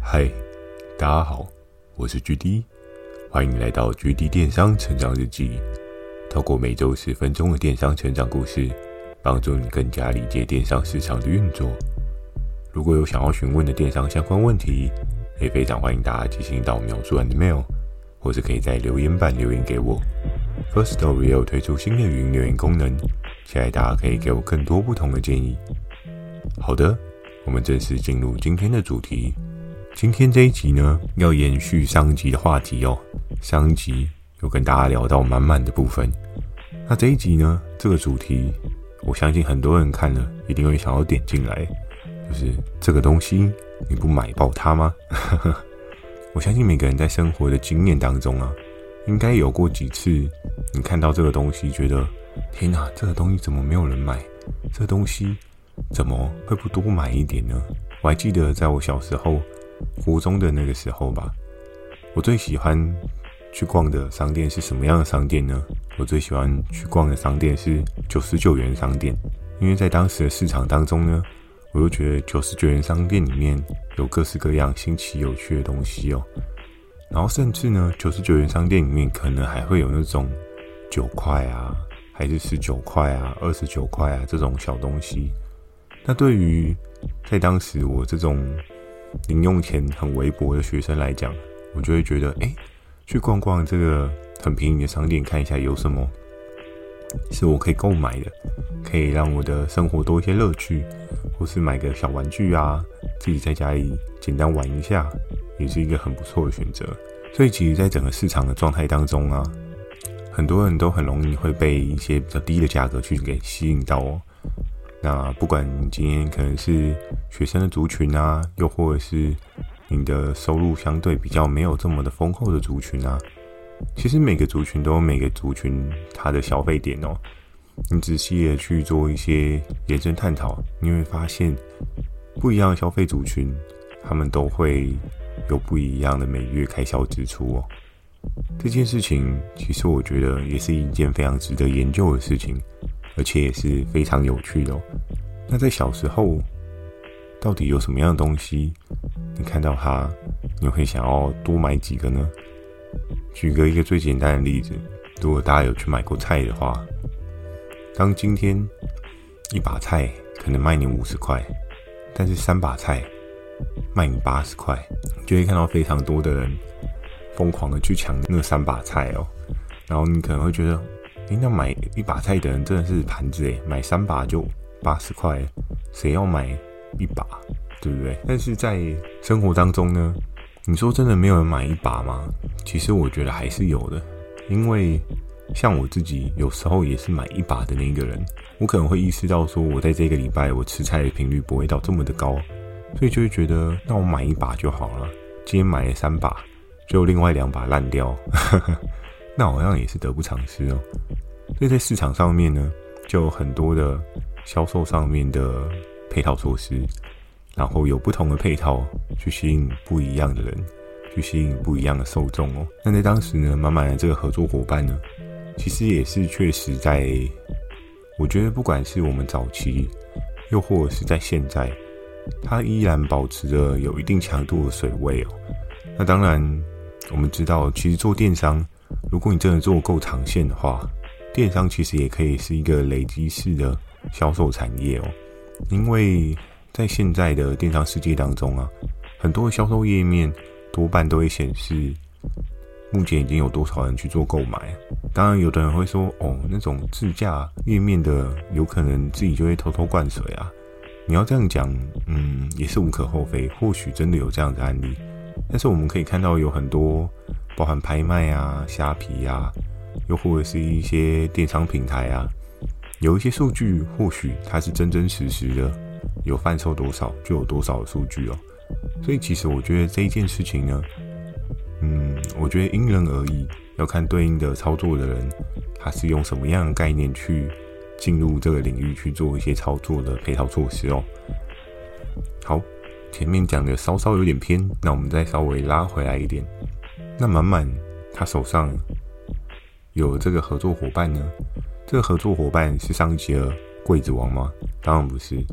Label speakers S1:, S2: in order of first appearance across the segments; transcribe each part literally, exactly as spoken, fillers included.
S1: 嗨，大家好，我是 G D， 欢迎来到 G D 电商成长日记。透过每周十分钟的电商成长故事，帮助你更加理解电商市场的运作。如果有想要询问的电商相关问题，也非常欢迎大家寄信到描述栏的 mail， 或是可以在留言板留言给我。Firstory 也有推出新的语音留言功能，期待大家可以给我更多不同的建议。好的，我们正式进入今天的主题。今天这一集呢，要延续上集的话题哦。上一集有跟大家聊到满满的部分，那这一集呢，这个主题，我相信很多人看了一定会想要点进来，就是这个东西你不买爆它吗？我相信每个人在生活的经验当中啊，应该有过几次，你看到这个东西，觉得天哪，这个东西怎么没有人买？这个东西怎么会不多买一点呢？我还记得在我小时候，国中的那个时候吧，我最喜欢去逛的商店是什么样的商店呢？我最喜欢去逛的商店是九十九元商店，因为在当时的市场当中呢，我就觉得九十九元商店里面有各式各样新奇有趣的东西哦。然后甚至呢，九十九元商店里面可能还会有那种九块啊，还是十九块啊、二十九块啊这种小东西。那对于在当时我这种零用钱很微薄的学生来讲，我就会觉得，哎，去逛逛这个很便宜的商店，看一下有什么是我可以购买的，可以让我的生活多一些乐趣，或是买个小玩具啊，自己在家里简单玩一下，也是一个很不错的选择。所以其实在整个市场的状态当中啊，很多人都很容易会被一些比较低的价格去给吸引到哦。那不管你今天可能是学生的族群啊，又或者是你的收入相对比较没有这么的丰厚的族群啊，其实每个族群都有每个族群它的消费点哦。你仔细的去做一些延伸探讨，你会发现不一样的消费族群，他们都会有不一样的每月开销支出哦。这件事情其实我觉得也是一件非常值得研究的事情，而且也是非常有趣的哦。那在小时候，到底有什么样的东西，你看到它，你会想要多买几个呢？举个一个最简单的例子，如果大家有去买过菜的话，当今天一把菜可能卖你五十块，但是三把菜卖你八十块，就会看到非常多的人疯狂的去抢那三把菜哦。然后你可能会觉得，诶，那买一把菜的人真的是盘子诶，买三把就八十块，谁要买一把，对不对？但是在生活当中呢，你说真的没有人买一把吗？其实我觉得还是有的，因为像我自己有时候也是买一把的那一个人，我可能会意识到说，我在这个礼拜我吃菜的频率不会到这么的高，所以就会觉得，那我买一把就好了。今天买了三把，就另外两把烂掉，那好像也是得不偿失哦。所以在市场上面呢，就有很多的销售上面的配套措施，然后有不同的配套去吸引不一样的人，去吸引不一样的受众哦。那在当时呢，满满的这个合作伙伴呢，其实也是确实在，我觉得不管是我们早期，又或者是在现在，它依然保持着有一定强度的水位哦。那当然，我们知道，其实做电商，如果你真的做够长线的话，电商其实也可以是一个累积式的销售产业哦。因为在现在的电商世界当中啊，很多的销售页面多半都会显示目前已经有多少人去做购买。当然有的人会说，哦，那种自驾页面的有可能自己就会偷偷灌水啊。你要这样讲，嗯，也是无可厚非，或许真的有这样的案例。但是我们可以看到有很多包含拍卖啊、虾皮啊，又或者是一些电商平台啊，有一些数据或许它是真真实实的，有贩售多少就有多少的数据哦。所以其实我觉得这一件事情呢，嗯，我觉得因人而异，要看对应的操作的人，他是用什么样的概念去进入这个领域去做一些操作的配套措施哦。好，前面讲的稍稍有点偏，那我们再稍微拉回来一点。那满满他手上有这个合作伙伴呢，这个合作伙伴是上一集的柜子王吗？当然不是，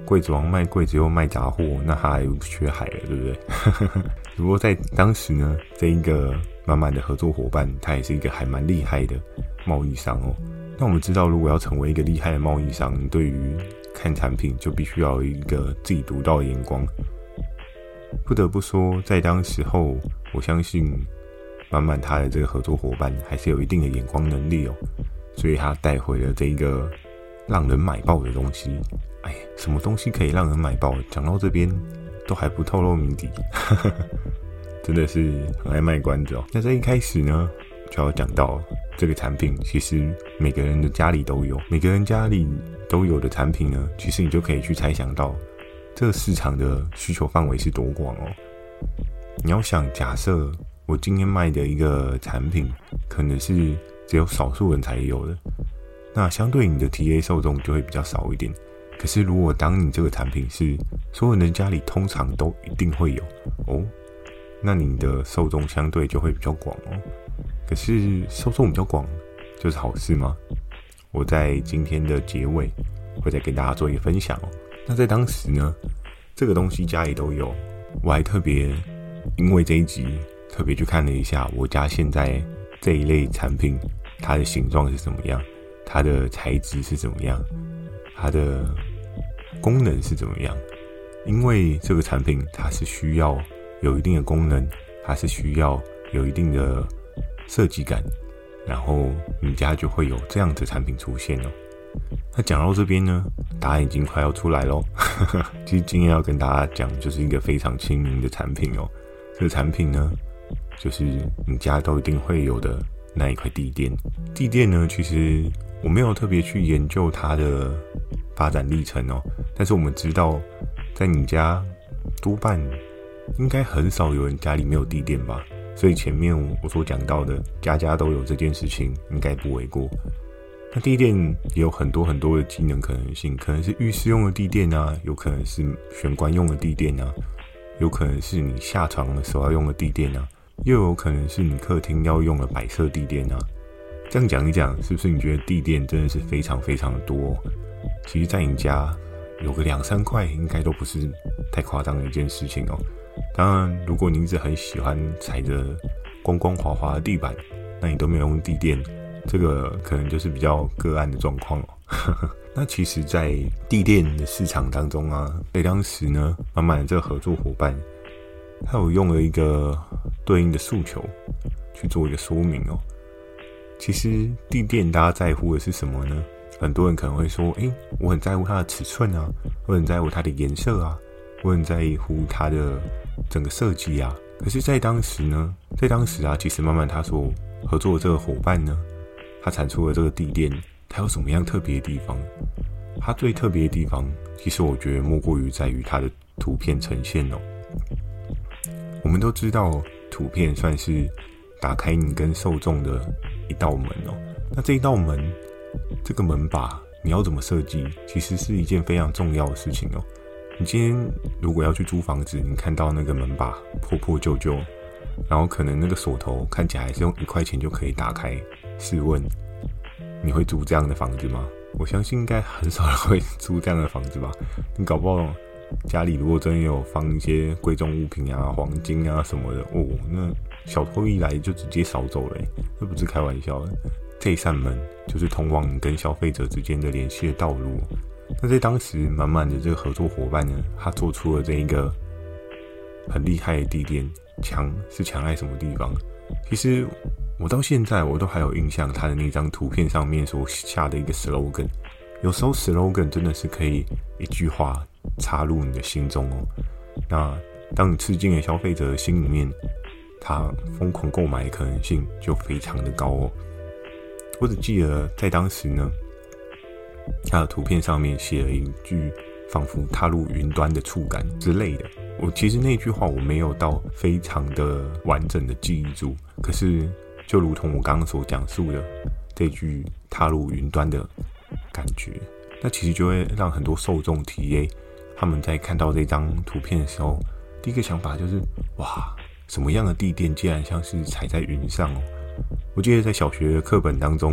S1: 柜子王卖柜子又卖杂货，那他还不缺海了，对不对？不过在当时呢，这一个满满的合作伙伴，他也是一个还蛮厉害的贸易商哦。那我们知道，如果要成为一个厉害的贸易商，你对于看产品就必须要有一个自己独到的眼光。不得不说，在当时候，我相信满满他的这个合作伙伴还是有一定的眼光能力哦，所以他带回了这一个让人买爆的东西。哎，什么东西可以让人买爆？讲到这边都还不透露谜底，真的是很爱卖关子哦。那在一开始呢，就要讲到这个产品，其实每个人的家里都有，每个人家里都有的产品呢，其实你就可以去猜想到这个市场的需求范围是多广哦。你要想，假设我今天卖的一个产品，可能是只有少数人才有的，那相对你的 T A 受众就会比较少一点。可是如果当你这个产品是所有人家里通常都一定会有哦，那你的受众相对就会比较广哦。可是受众比较广就是好事吗？我在今天的结尾会再跟大家做一个分享哦。那在当时呢，这个东西家里都有，我还特别因为这一集特别去看了一下我家现在这一类产品，它的形状是怎么样，它的材质是怎么样，它的功能是怎么样。因为这个产品它是需要有一定的功能，它是需要有一定的设计感，然后你家就会有这样的产品出现哦。那讲到这边呢，答案已经快要出来咯。其实今天要跟大家讲，就是一个非常亲民的产品哦。这个产品呢，就是你家都一定会有的那一块地垫。地垫呢，其实我没有特别去研究它的发展历程哦，但是我们知道，在你家多半应该很少有人家里没有地垫吧，所以前面我所讲到的家家都有这件事情，应该不为过。那地垫也有很多很多的机能可能性，可能是浴室用的地垫啊，有可能是玄关用的地垫啊，有可能是你下床的时候要用的地垫啊，又有可能是你客厅要用的摆设地垫啊。这样讲一讲，是不是你觉得地垫真的是非常非常的多？其实在你家有个两三块应该都不是太夸张的一件事情哦。当然如果你一直很喜欢踩着光光滑滑的地板，那你都没有用地垫，这个可能就是比较个案的状况哦。那其实在地垫的市场当中啊，在当时呢，满满的这个合作伙伴他有用了一个对应的诉求去做一个说明哦。其实地垫大家在乎的是什么呢？很多人可能会说，诶，我很在乎它的尺寸啊，我很在乎它的颜色啊，我很在乎它的整个设计啊。可是在当时呢，在当时啊，其实慢慢他所合作的这个伙伴呢，他产出的这个地垫，它有什么样特别的地方？它最特别的地方，其实我觉得莫过于在于它的图片呈现哦。我们都知道，图片算是打开你跟受众的一道门哦。那这一道门，这个门把你要怎么设计，其实是一件非常重要的事情哦。你今天如果要去租房子，你看到那个门把破破旧旧，然后可能那个锁头看起来还是用一块钱就可以打开，试问你会租这样的房子吗？我相信应该很少人会租这样的房子吧。你搞不好家里如果真的有放一些贵重物品啊、黄金啊什么的哦，那小偷一来就直接扫走了，这不是开玩笑的。这一扇门就是通往你跟消费者之间的联系的道路。那在当时满满的这个合作伙伴呢，他做出了这一个很厉害的地垫。强是强在什么地方？其实我到现在我都还有印象，他的那张图片上面所下的一个 slogan。有时候 slogan 真的是可以一句话插入你的心中哦。那当你吃进了消费者的心里面，他疯狂购买的可能性就非常的高哦。我只记得在当时呢，他的图片上面写了一句仿佛踏入云端的触感之类的。我其实那句话我没有到非常的完整的记忆住，可是就如同我刚刚所讲述的这句踏入云端的感觉，那其实就会让很多受众 T A 他们在看到这张图片的时候，第一个想法就是哇，什么样的地垫竟然像是踩在云上哦。我记得在小学的课本当中，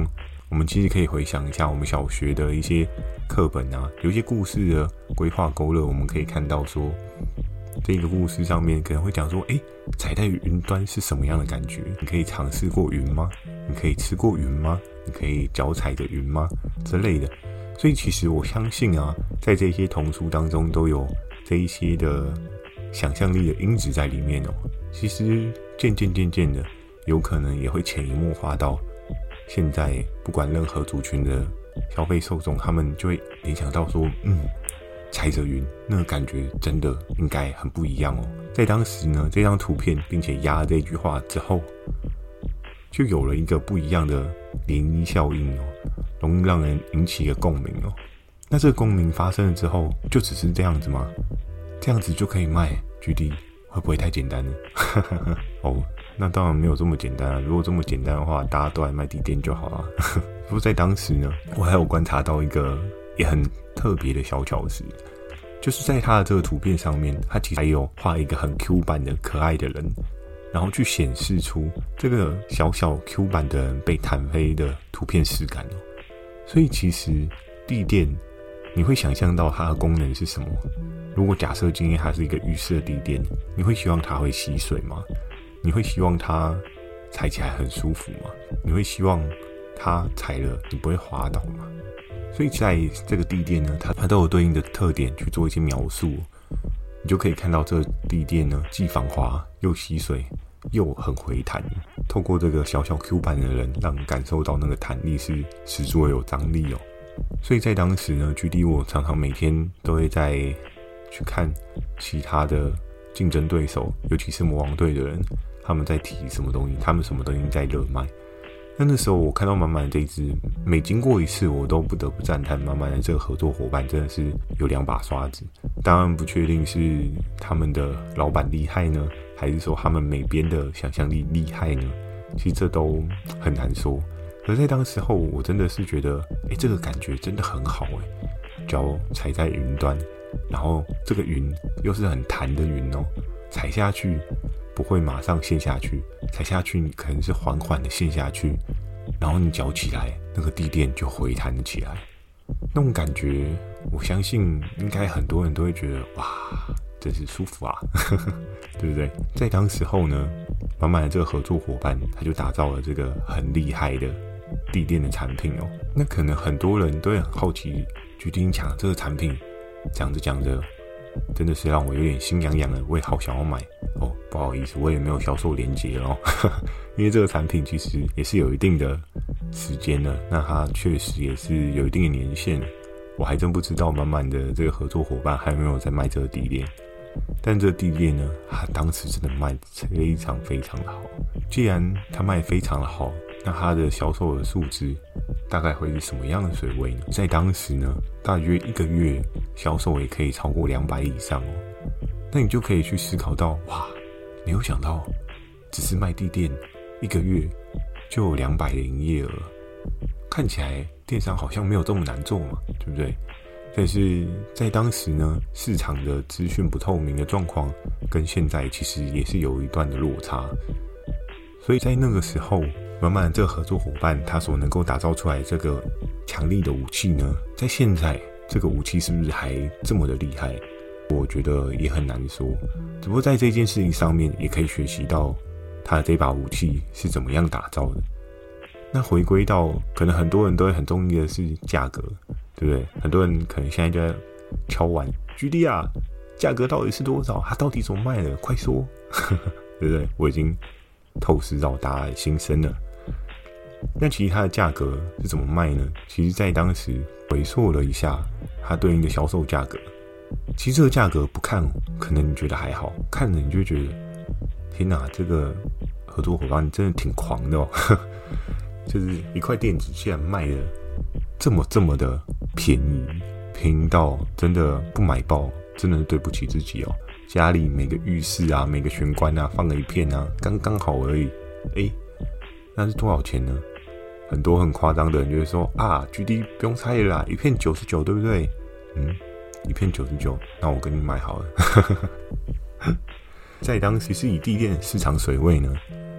S1: 我们其实可以回想一下我们小学的一些课本啊，有一些故事的规划勾勒，我们可以看到说，这个故事上面可能会讲说，诶，踩在云端是什么样的感觉？你可以尝试过云吗？你可以吃过云吗？你可以脚踩着云吗？之类的。所以其实我相信啊，在这些童书当中都有这一些的想象力的因子在里面哦。其实渐渐渐渐的，有可能也会潜移默化到现在，不管任何族群的消费受众，他们就会联想到说，嗯，踩着云，那个感觉真的应该很不一样哦。在当时呢，这张图片并且压了这句话之后，就有了一个不一样的涟漪效应哦，容易让人引起一个共鸣哦。那这个共鸣发生了之后，就只是这样子吗？这样子就可以卖 G D， 会不会太简单呢？哦，那当然没有这么简单啊！如果这么简单的话，大家都来卖地垫就好了。不过在当时呢，我还有观察到一个也很特别的小巧思，就是在他的这个图片上面，他其实还有画一个很 Q 版的可爱的人，然后去显示出这个小小 Q 版的人被弹飞的图片实感哦。所以其实地垫，你会想象到它的功能是什么？如果假设今天它是一个浴室的地垫，你会希望它会吸水吗？你会希望它踩起来很舒服吗？你会希望它踩了你不会滑倒吗？所以在这个地垫呢，它它都有对应的特点去做一些描述，你就可以看到这个地垫呢，既防滑又吸水又很回弹。透过这个小小 Q 版的人，让你感受到那个弹力是十足的有张力哦。所以在当时呢 ，G D 我常常每天都会在去看其他的竞争对手，尤其是魔王队的人，他们在提什么东西，他们什么东西在热卖。那那时候我看到满满的这一支，每经过一次，我都不得不赞叹满满的这个合作伙伴真的是有两把刷子。当然不确定是他们的老板厉害呢，还是说他们每边的想象力厉害呢？其实这都很难说。可是在当时候，我真的是觉得，哎、欸，这个感觉真的很好哎。脚踩在云端，然后这个云又是很弹的云哦，踩下去不会马上陷下去，踩下去你可能是缓缓的陷下去，然后你脚起来，那个地垫就回弹了起来。那种感觉，我相信应该很多人都会觉得，哇，真是舒服啊，对不对？在当时候呢，满满的这个合作伙伴，他就打造了这个很厉害的地垫的产品哦。那可能很多人都会很好奇，决定讲这个产品，讲着讲着，真的是让我有点心痒痒的，我也好想要买哦。不好意思，我也没有销售连结哦，因为这个产品其实也是有一定的时间了，那它确实也是有一定的年限了。我还真不知道满满的这个合作伙伴还有没有在卖这个地垫。但这个地垫呢，它当时真的卖非常非常的好。既然它卖非常的好，那它的销售的数值大概会是什么样的水位呢？在当时呢，大约一个月销售也可以超过两百以上哦。那你就可以去思考到，哇，没有想到，只是卖地垫一个月就有两百的营业额，看起来电商好像没有这么难做嘛，对不对？但是在当时呢，市场的资讯不透明的状况，跟现在其实也是有一段的落差。所以在那个时候，满满的这个合作伙伴他所能够打造出来这个强力的武器呢，在现在这个武器是不是还这么的厉害？我觉得也很难说。只不过在这件事情上面，也可以学习到他的这把武器是怎么样打造的。那回归到可能很多人都会很中意的是价格，对不对？很多人可能现在就在敲碗 G D 啊，价格到底是多少？它到底怎么卖的？快说，对不对？我已经透视到大家的心声了。那其实它的价格是怎么卖呢？其实在当时回溯了一下它对应的销售价格，其实这个价格不看可能你觉得还好，看了你就会觉得天哪，这个合作伙伴真的挺狂的哦。就是一块垫子竟然卖的这么这么的便宜，便宜到真的不买爆，真的是对不起自己哦。家里每个浴室啊，每个玄关啊，放了一片啊，刚刚好而已。诶，那是多少钱呢？很多很夸张的人就会说啊 ，G D 不用猜了啦，一片九十九，对不对？嗯，一片九十九，那我跟你买好了。在当时是以地垫的市场水位呢，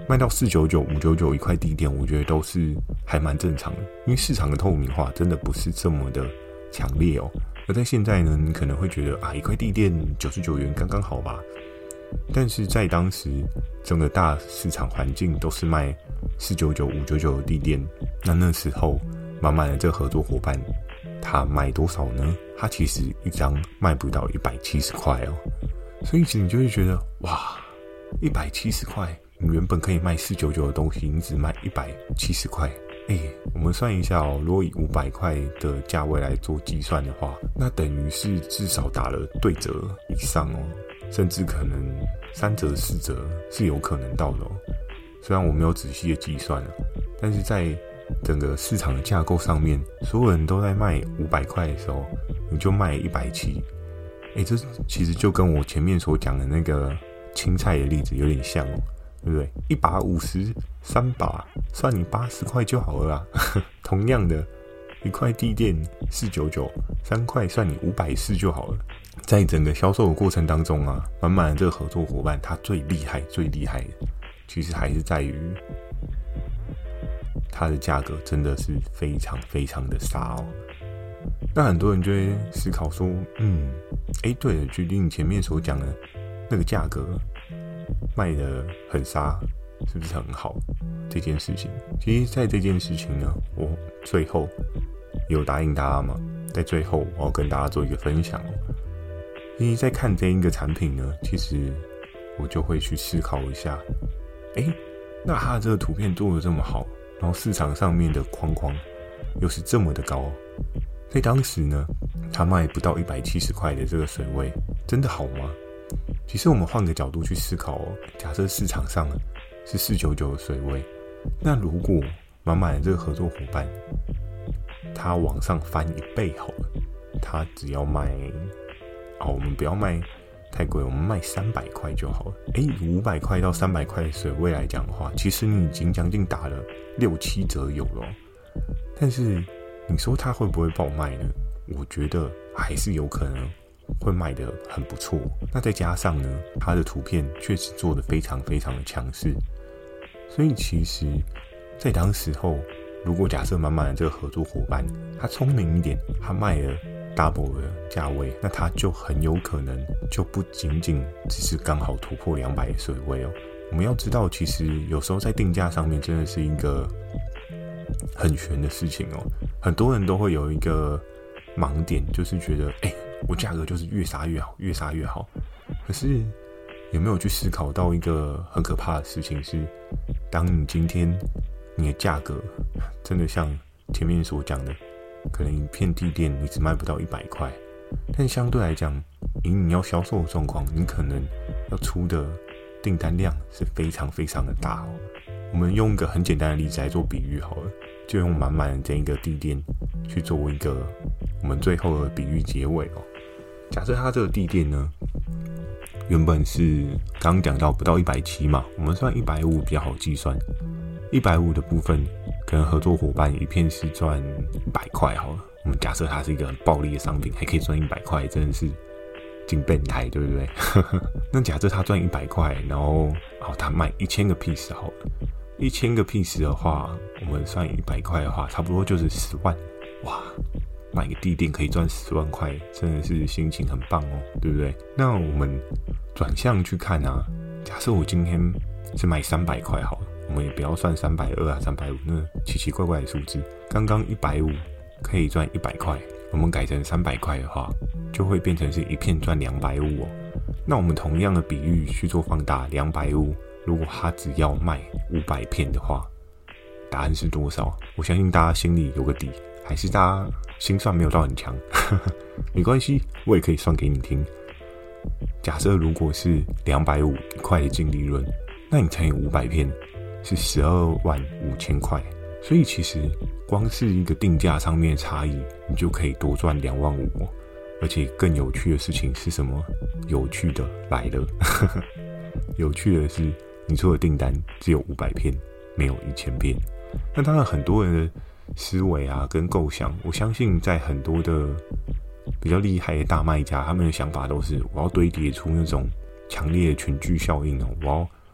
S1: 卖到四九九、五九九一块地垫，我觉得都是还蛮正常的，因为市场的透明化真的不是这么的强烈哦。而在现在呢，你可能会觉得啊，一块地垫九十九元刚刚好吧。但是在当时整个大市场环境都是卖四九九、五九九的地垫，那那时候满满的这个合作伙伴，他卖多少呢？他其实一张卖不到一百七十块哦。所以你就会觉得哇，一百七十块，你原本可以卖四九九的东西，你只卖一百七十块。哎，我们算一下哦，如果以五百块的价位来做计算的话，那等于是至少打了对折以上哦，甚至可能三折四折是有可能到的哦。虽然我没有仔细的计算了，但是在整个市场的架构上面，所有人都在卖五百块的时候，你就卖一百七。哎，这其实就跟我前面所讲的那个青菜的例子有点像哦，对不对？一把五十，三把算你八十块就好了啦。同样的，一块地垫四九九，三块算你五百四就好了。在整个销售的过程当中啊，满满的这个合作伙伴，他最厉害、最厉害的，其实还是在于它的价格真的是非常非常的杀哦。那很多人就会思考说，嗯，哎，对了，距离你前面所讲的那个价格卖的很杀，是不是很好？这件事情，其实在这件事情呢，我最后有答应大家嘛，在最后我要跟大家做一个分享哦。因为在看这一个产品呢，其实我就会去思考一下，哎，那它的这个图片做得这么好，然后市场上面的框框又是这么的高，在当时呢，它卖不到一百七十块的这个水位，真的好吗？其实我们换个角度去思考哦，假设市场上是四九九的水位，那如果满满的这个合作伙伴，他往上翻一倍好了，他只要卖，哦，我们不要卖太贵，我们卖三百块就好了。哎，五百块到三百块的水位来讲的话，其实你已经将近打了六七折有了哦。但是你说它会不会爆卖呢？我觉得还是有可能会卖得很不错。那再加上呢，它的图片确实做得非常非常的强势，所以其实在当时候，如果假设满满的这个合作伙伴他聪明一点，他卖了 double 的价位，那他就很有可能就不仅仅只是刚好突破两百的水位哦。我们要知道，其实有时候在定价上面真的是一个很玄的事情哦。很多人都会有一个盲点，就是觉得，哎、欸，我价格就是越杀越好，越杀越好。可是有没有去思考到一个很可怕的事情是，当你今天你的价格真的像前面所讲的，可能一片地垫你只卖不到一百块，但相对来讲，以你要销售的状况，你可能要出的订单量是非常非常的大哦。我们用一个很简单的例子来做比喻好了，就用满满的这一个地垫去做一个我们最后的比喻结尾哦。假设它这个地垫呢，原本是刚刚讲到不到一百七嘛，我们算一百五比较好计算。一百五的部分，可能合作伙伴一片是赚一百块好了。我们假设它是一个很暴利的商品，还可以赚一百块，真的是挺变态，对不对？那假设他赚一百块，然后好，他卖一千个 piece 好了，一千个 piece 的话，我们算一百块的话，差不多就是十万。哇，买个地垫可以赚十万块，真的是心情很棒哦，对不对？那我们转向去看啊，假设我今天是卖三百块好了。我们也不要算三百二啊、三百五那奇奇怪怪的数字。刚刚一百五可以赚一百块，我们改成三百块的话，就会变成是一片赚两百五哦。那我们同样的比喻去做放大，两百五如果它只要卖五百片的话，答案是多少？我相信大家心里有个底，还是大家心算没有到很强？没关系，我也可以算给你听。假设如果是两百五一块的净利润，那你乘以五百片。是十二万五千块，所以其实光是一个定价上面的差异，你就可以多赚两万五哦。而且更有趣的事情是什么？有趣的来了，有趣的是，你做的订单只有五百片，没有一千片。那当然，很多人的思维啊跟构想，我相信在很多的比较厉害的大卖家，他们的想法都是：我要堆叠出那种强烈的群聚效应哦，我要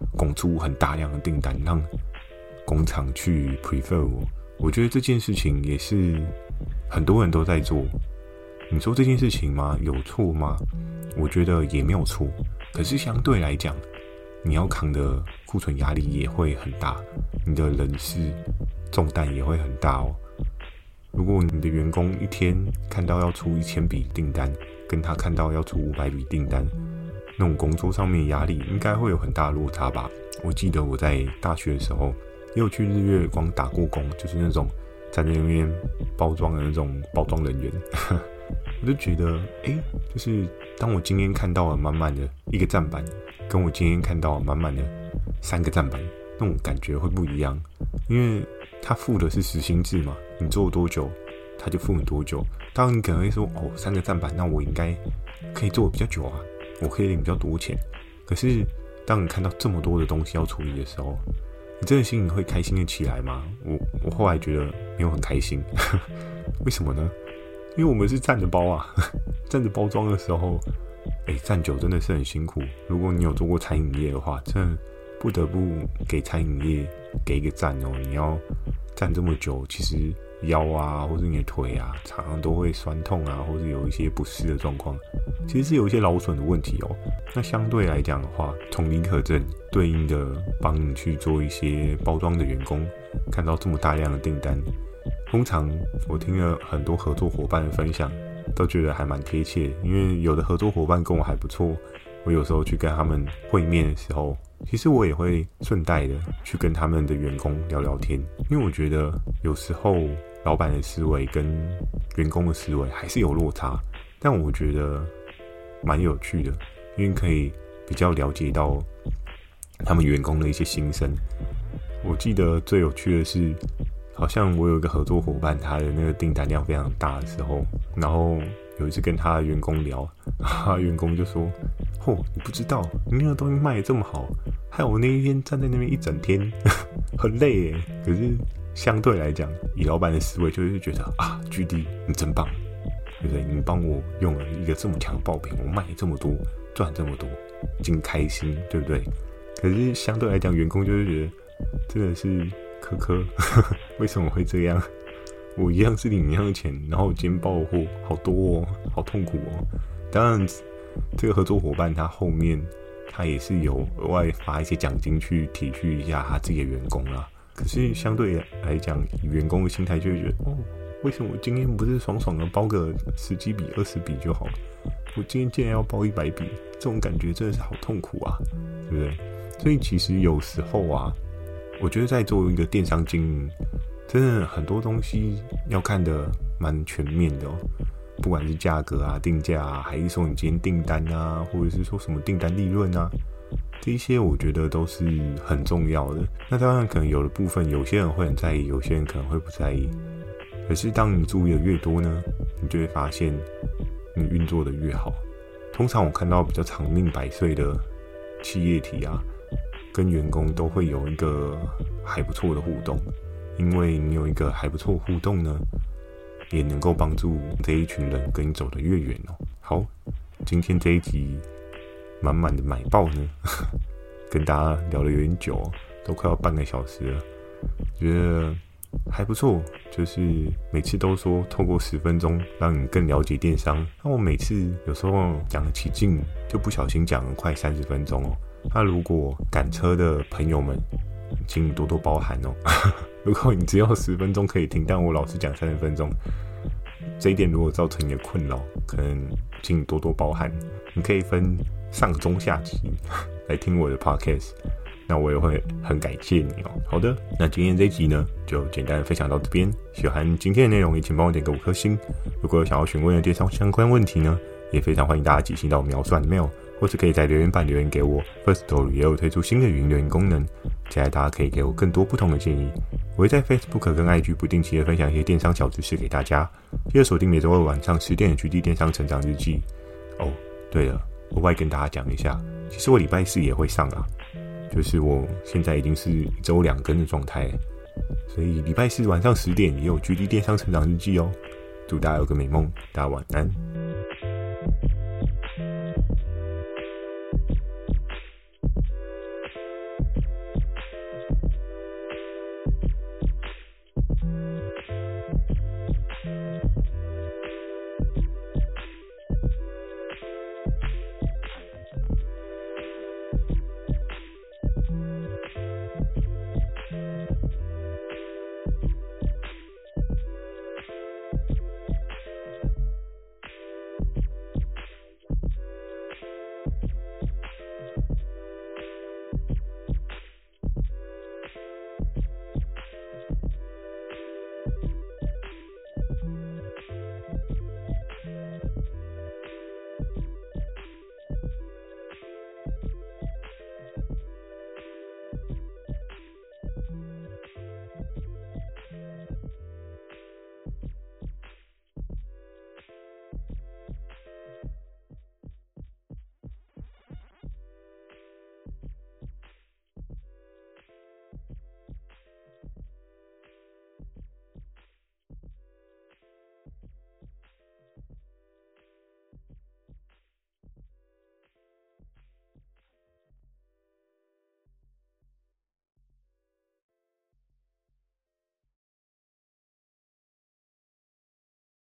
S1: 拱出很大量的订单，让工厂去 prefer 我。我觉得这件事情也是很多人都在做。你说这件事情吗？有错吗？我觉得也没有错。可是相对来讲，你要扛的库存压力也会很大，你的人事重担也会很大哦。如果你的员工一天看到要出一千笔订单，跟他看到要出五百笔订单，那种工作上面压力应该会有很大的落差吧。我记得我在大学的时候也有去日月光打过工，就是那种站在那边包装的那种包装人员我就觉得诶，就是当我今天看到了满满的一个站板，跟我今天看到了满满的三个站板，那种感觉会不一样。因为他付的是时薪制嘛，你做多久他就付你多久。当然你可能会说哦，三个站板那我应该可以做比较久啊，我可以领比较多钱。可是当你看到这么多的东西要处理的时候，你真的心里会开心的起来吗？我我后来觉得没有很开心为什么呢？因为我们是站着包啊站着包装的时候，哎，站久真的是很辛苦。如果你有做过餐饮业的话，真的不得不给餐饮业给一个赞哦。你要站这么久，其实腰啊或者你的腿啊常常都会酸痛啊，或者有一些不适的状况，其实是有一些劳损的问题哦。那相对来讲的话，同理可证，对应的帮你去做一些包装的员工看到这么大量的订单，通常我听了很多合作伙伴的分享，都觉得还蛮贴切。因为有的合作伙伴跟我还不错，我有时候去跟他们会面的时候，其实我也会顺带的去跟他们的员工聊聊天。因为我觉得有时候老板的思维跟员工的思维还是有落差，但我觉得蛮有趣的，因为可以比较了解到他们员工的一些心声。我记得最有趣的是，好像我有一个合作伙伴，他的那个订单量非常大的时候，然后有一次跟他的员工聊，他的员工就说：哦，你不知道你那个东西卖得这么好，害我那一天站在那边一整天很累耶。可是相对来讲，以老板的思维就会觉得啊 G D 你真棒，对不对？你帮我用了一个这么强的爆品，我卖这么多赚这么多，已经开心，对不对？可是相对来讲，员工就会觉得真的是科科为什么会这样？我一样是领一样的钱，然后我今天包的货好多哦，好痛苦哦。当然这个合作伙伴他后面他也是有额外发一些奖金去体恤一下他自己的员工啦。可是相对来讲，以员工的心态就会觉得哦，为什么我今天不是爽爽的包个十几笔二十笔就好了，我今天竟然要包一百笔，这种感觉真的是好痛苦啊，对不对？所以其实有时候啊，我觉得在做一个电商经营，真的很多东西要看得蛮全面的哦。不管是价格啊、定价啊，还是说你今天订单啊，或者是说什么订单利润啊，这一些我觉得都是很重要的。那当然可能有的部分有些人会很在意，有些人可能会不在意。可是当你注意的越多呢，你就会发现你运作的越好。通常我看到比较长命百岁的企业体啊，跟员工都会有一个还不错的互动。因为你有一个还不错互动呢，也能够帮助这一群人跟你走得越远哦。好，今天这一集满满的买爆呢跟大家聊得有点久哦，都快要半个小时了，觉得还不错。就是每次都说透过十分钟让你更了解电商，那我每次有时候讲起劲就不小心讲了快三十分钟哦。那如果赶车的朋友们，请你多多包涵哦如果你只有十分钟可以听，但我老是讲三十分钟，这一点如果造成你的困扰，可能请你多多包涵。你可以分上中下集来听我的 podcast， 那我也会很感谢你哦。好的，那今天这一集呢，就简单的分享到这边。喜欢今天的内容，也请帮我点个五颗星。如果有想要询问的电商相关问题呢，也非常欢迎大家寄信到描述栏的 mail， 或是可以在留言板留言给我。Firstory 也有推出新的语音留言功能，期待大家可以给我更多不同的建议。我会在 Facebook 跟 I G 不定期的分享一些电商小知识给大家。记得锁定每周二晚上十点的 G D 电商成长日记。哦，对了，额外跟大家讲一下，其实我礼拜四也会上啊，就是我现在已经是一周两更的状态，所以礼拜四晚上十点也有 G D 电商成长日记哦。祝大家有个美梦，大家晚安。